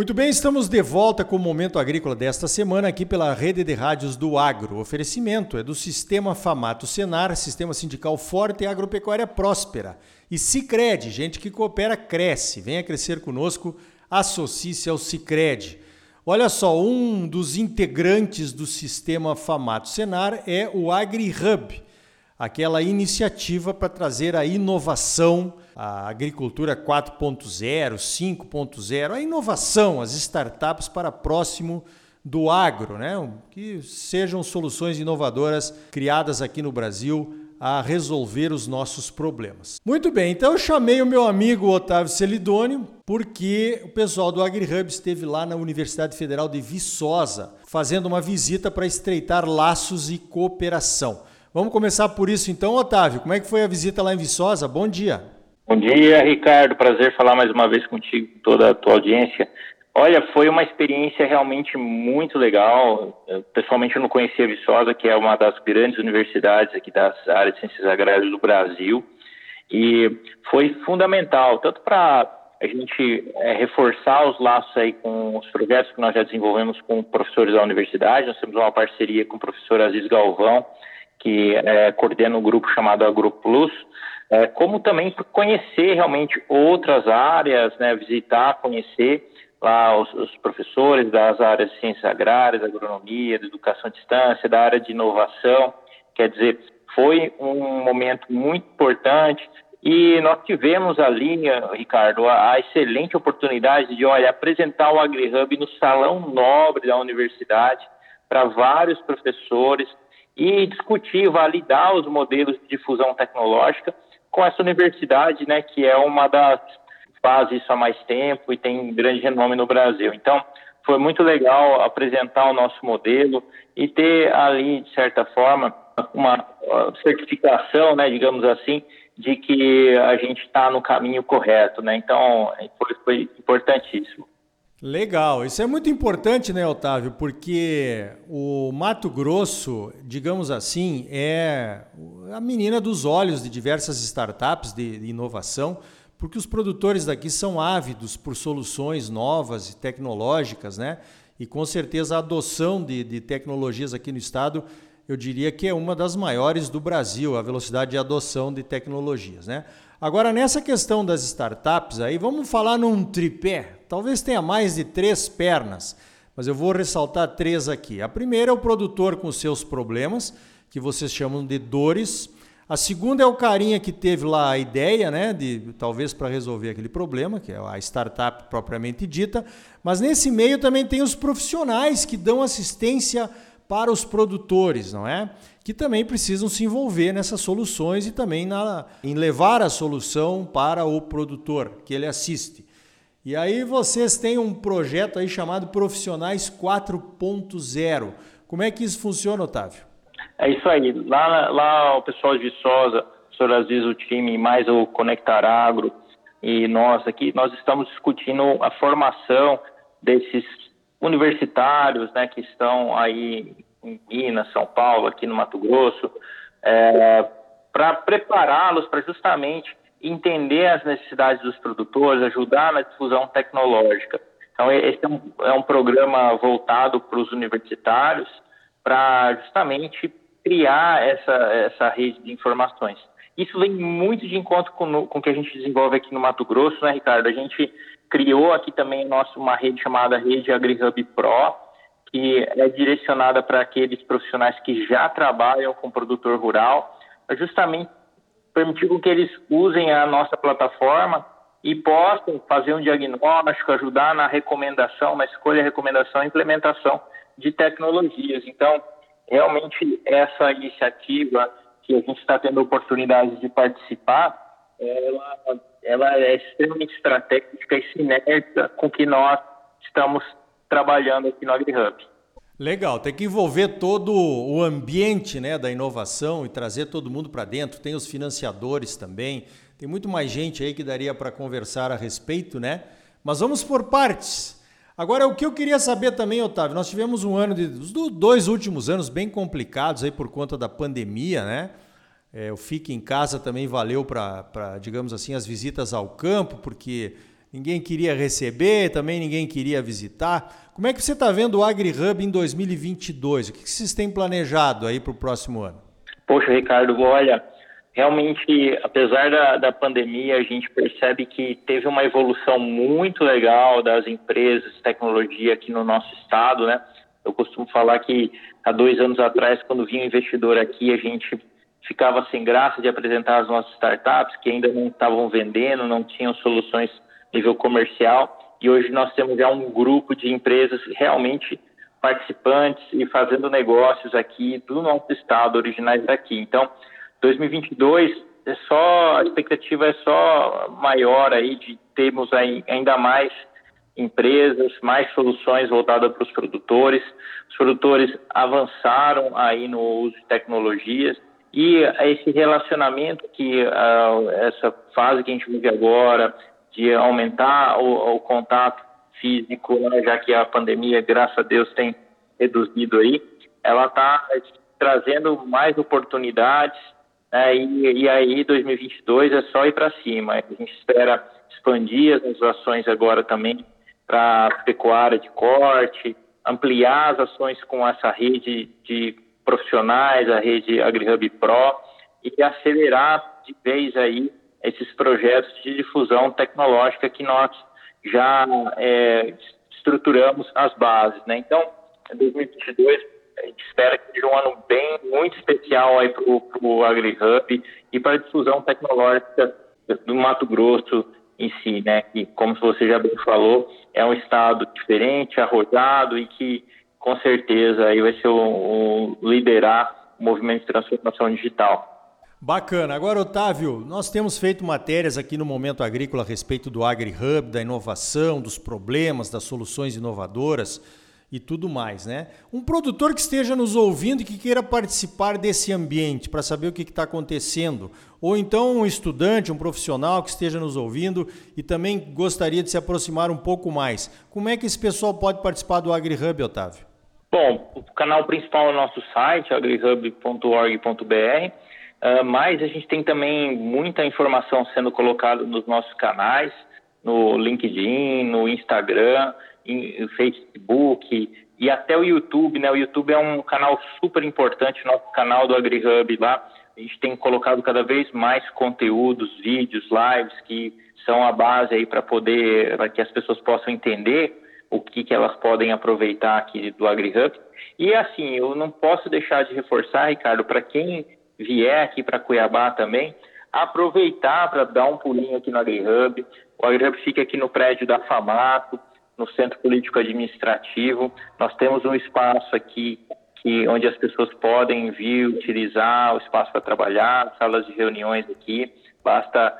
Muito bem, estamos de volta com o Momento Agrícola desta semana aqui pela Rede de Rádios do Agro. O oferecimento é do Sistema Famato Senar, Sistema Sindical Forte e Agropecuária Próspera. E Sicredi, gente que coopera, cresce. Venha crescer conosco, associe-se ao Sicredi. Olha só, um dos integrantes do Sistema Famato Senar é o AgriHub, aquela iniciativa para trazer a inovação, a agricultura 4.0, 5.0, a inovação, as startups para próximo do agro, né? Que sejam soluções inovadoras criadas aqui no Brasil a resolver os nossos problemas. Muito bem, então eu chamei o meu amigo Otávio Celidônio porque o pessoal do AgriHub esteve lá na Universidade Federal de Viçosa fazendo uma visita para estreitar laços e cooperação. Vamos começar por isso então, Otávio. Como é que foi a visita lá em Viçosa? Bom dia. Bom dia, Ricardo. Prazer falar mais uma vez contigo, toda a tua audiência. Olha, foi uma experiência realmente muito legal. Pessoalmente, eu não conhecia Viçosa, que é uma das grandes universidades aqui das áreas de ciências agrárias do Brasil. E foi fundamental, tanto para a gente reforçar os laços aí com os projetos que nós já desenvolvemos com professores da universidade. Nós temos uma parceria com o professor Aziz Galvão, que coordena um grupo chamado AgroPlus, como também conhecer realmente outras áreas, né, visitar, conhecer lá os professores das áreas de ciências agrárias, da agronomia, da educação à distância, da área de inovação. Quer dizer, foi um momento muito importante e nós tivemos ali, Ricardo, a excelente oportunidade de, apresentar o AgriHub no Salão Nobre da universidade para vários professores e discutir, validar os modelos de difusão tecnológica com essa universidade, né, que é uma das que faz isso há mais tempo e tem grande renome no Brasil. Então, foi muito legal apresentar o nosso modelo e ter ali, de certa forma, uma certificação, né, digamos assim, de que a gente está no caminho correto, né? Então, foi importantíssimo. Legal, isso é muito importante, né, Otávio, porque o Mato Grosso, digamos assim, é a menina dos olhos de diversas startups de inovação, porque os produtores daqui são ávidos por soluções novas e tecnológicas, né? E com certeza a adoção de tecnologias aqui no estado, eu diria que é uma das maiores do Brasil, a velocidade de adoção de tecnologias, né? Agora, nessa questão das startups, aí vamos falar num tripé. Talvez tenha mais de 3 pernas, mas eu vou ressaltar 3 aqui. A primeira é o produtor com seus problemas, que vocês chamam de dores. A segunda é o carinha que teve lá a ideia, né, de talvez para resolver aquele problema, que é a startup propriamente dita. Mas nesse meio também tem os profissionais que dão assistência para os produtores, não é? Que também precisam se envolver nessas soluções e também em levar a solução para o produtor que ele assiste. E aí vocês têm um projeto aí chamado Profissionais 4.0. Como é que isso funciona, Otávio? É isso aí. Lá o pessoal de Viçosa, o professor Aziz, o time, mais o Conectar Agro e nós aqui, nós estamos discutindo a formação desses universitários, né, que estão aí em Minas, São Paulo, aqui no Mato Grosso, para prepará-los para justamente entender as necessidades dos produtores, ajudar na difusão tecnológica. Então, esse é um programa voltado para os universitários, para justamente criar essa rede de informações. Isso vem muito de encontro com o que a gente desenvolve aqui no Mato Grosso, né, Ricardo? A gente criou aqui também uma rede chamada Rede AgriHub Pro, que é direcionada para aqueles profissionais que já trabalham com produtor rural, para justamente permitir que eles usem a nossa plataforma e possam fazer um diagnóstico, ajudar na recomendação, na escolha, recomendação e implementação de tecnologias. Então, realmente, essa iniciativa que a gente está tendo a oportunidade de participar, ela é extremamente estratégica e sinérgica com o que nós estamos trabalhando aqui no AgriHub. Legal, tem que envolver todo o ambiente, né, da inovação e trazer todo mundo para dentro. Tem os financiadores também, tem muito mais gente aí que daria para conversar a respeito, né? Mas vamos por partes. Agora, o que eu queria saber também, Otávio, nós tivemos os 2 últimos anos bem complicados aí por conta da pandemia, né? O Fique em Casa também valeu para, digamos assim, as visitas ao campo, porque ninguém queria receber, também ninguém queria visitar. Como é que você está vendo o AgriHub em 2022? O que vocês têm planejado aí para o próximo ano? Poxa, Ricardo, olha, realmente, apesar da pandemia, a gente percebe que teve uma evolução muito legal das empresas de tecnologia aqui no nosso estado, né? Eu costumo falar que há 2 anos atrás, quando vinha um investidor aqui, a gente ficava sem graça de apresentar as nossas startups, que ainda não estavam vendendo, não tinham soluções nível comercial, e hoje nós temos já um grupo de empresas realmente participantes e fazendo negócios aqui do nosso estado, originais daqui. Então, 2022 a expectativa é só maior aí de termos aí ainda mais empresas, mais soluções voltadas para os produtores. Os produtores avançaram aí no uso de tecnologias e esse relacionamento que essa fase que a gente vive agora de aumentar o contato físico, né, já que a pandemia, graças a Deus, tem reduzido aí, ela está trazendo mais oportunidades, né, e aí 2022 é só ir para cima. A gente espera expandir as ações agora também para pecuária de corte, ampliar as ações com essa rede de profissionais, a rede AgriHub Pro, e acelerar de vez aí esses projetos de difusão tecnológica que nós já estruturamos as bases, né? Então, em 2022, a gente espera que seja um ano muito especial aí para o AgriHub e para a difusão tecnológica do Mato Grosso em si, né? Que, como você já bem falou, é um estado diferente, arrojado e que, com certeza, aí vai ser liderar o movimento de transformação digital. Bacana. Agora, Otávio, nós temos feito matérias aqui no Momento Agrícola a respeito do AgriHub, da inovação, dos problemas, das soluções inovadoras e tudo mais, né? Um produtor que esteja nos ouvindo e que queira participar desse ambiente para saber o que está acontecendo, ou então um estudante, um profissional que esteja nos ouvindo e também gostaria de se aproximar um pouco mais. Como é que esse pessoal pode participar do AgriHub, Otávio? Bom, o canal principal é o nosso site, agrihub.org.br. Mas a gente tem também muita informação sendo colocada nos nossos canais, no LinkedIn, no Instagram, no Facebook e até o YouTube, né? O YouTube é um canal super importante, nosso canal do AgriHub lá. A gente tem colocado cada vez mais conteúdos, vídeos, lives, que são a base aí para que as pessoas possam entender o que elas podem aproveitar aqui do AgriHub. E assim, eu não posso deixar de reforçar, Ricardo, para quem vier aqui para Cuiabá também, aproveitar para dar um pulinho aqui no AgriHub. O AgriHub fica aqui no prédio da FAMATO, no Centro Político Administrativo. Nós temos um espaço aqui onde as pessoas podem vir utilizar o espaço para trabalhar, salas de reuniões aqui. Basta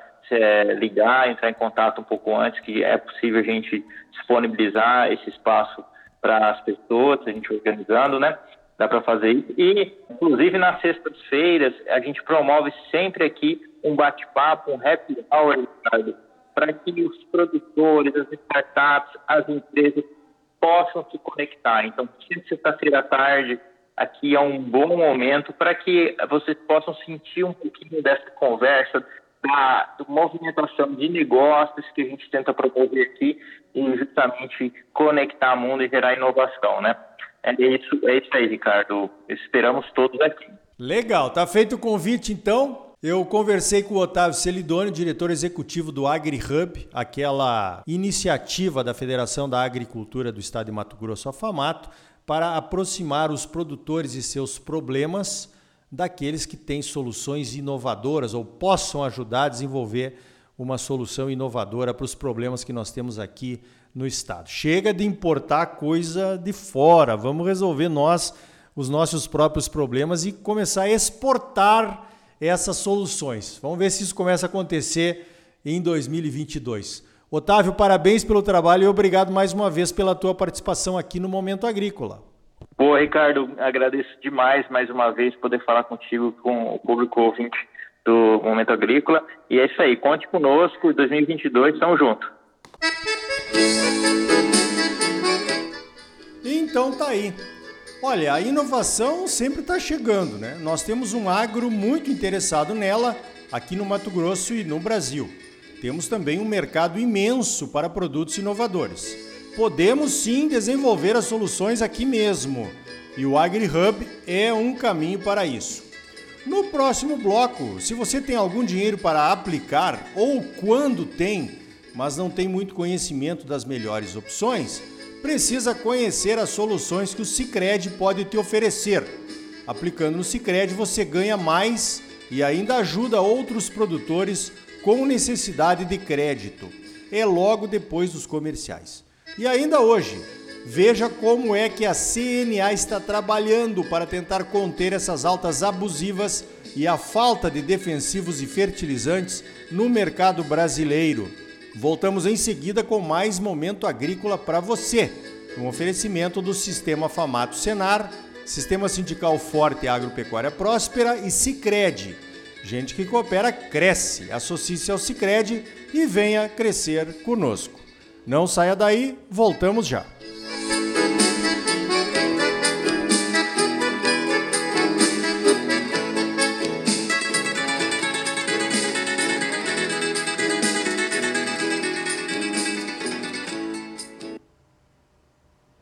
ligar, entrar em contato um pouco antes, que é possível a gente disponibilizar esse espaço para as pessoas, a gente organizando, né? Dá para fazer isso. E, inclusive, nas sextas-feiras, a gente promove sempre aqui um bate-papo, um happy hour, para que os produtores, as startups, as empresas possam se conectar. Então, sexta-feira à tarde, aqui é um bom momento para que vocês possam sentir um pouquinho dessa conversa, da movimentação de negócios que a gente tenta promover aqui e justamente conectar o mundo e gerar inovação, né? É isso aí, Ricardo. Esperamos todos aqui. Legal, tá feito o convite então. Eu conversei com o Otávio Celidoni, diretor executivo do AgriHub, aquela iniciativa da Federação da Agricultura do Estado de Mato Grosso, a FAMATO, para aproximar os produtores e seus problemas daqueles que têm soluções inovadoras ou possam ajudar a desenvolver uma solução inovadora para os problemas que nós temos aqui no estado. Chega de importar coisa de fora, vamos resolver os nossos próprios problemas e começar a exportar essas soluções. Vamos ver se isso começa a acontecer em 2022. Otávio, parabéns pelo trabalho e obrigado mais uma vez pela tua participação aqui no Momento Agrícola. Boa, Ricardo, agradeço demais mais uma vez poder falar contigo, com o público ouvinte do Momento Agrícola. E é isso aí, conte conosco, 2022, tamo junto. Então tá aí. Olha, a inovação sempre está chegando, né? Nós temos um agro muito interessado nela aqui no Mato Grosso e no Brasil. temos também um mercado imenso para produtos inovadores. Podemos sim desenvolver as soluções aqui mesmo, e o AgriHub é um caminho para isso. No próximo bloco, se você tem algum dinheiro para aplicar, ou quando tem, mas não tem muito conhecimento das melhores opções, precisa conhecer as soluções que o Sicredi pode te oferecer. Aplicando no Sicredi, você ganha mais e ainda ajuda outros produtores com necessidade de crédito. É logo depois dos comerciais. E ainda hoje, veja como é que a CNA está trabalhando para tentar conter essas altas abusivas e a falta de defensivos e fertilizantes no mercado brasileiro. Voltamos em seguida com mais Momento Agrícola para você. Um oferecimento do Sistema Famato Senar, Sistema Sindical Forte Agropecuária Próspera e Sicredi. Gente que coopera, cresce. Associe-se ao Sicredi e venha crescer conosco. Não saia daí, voltamos já.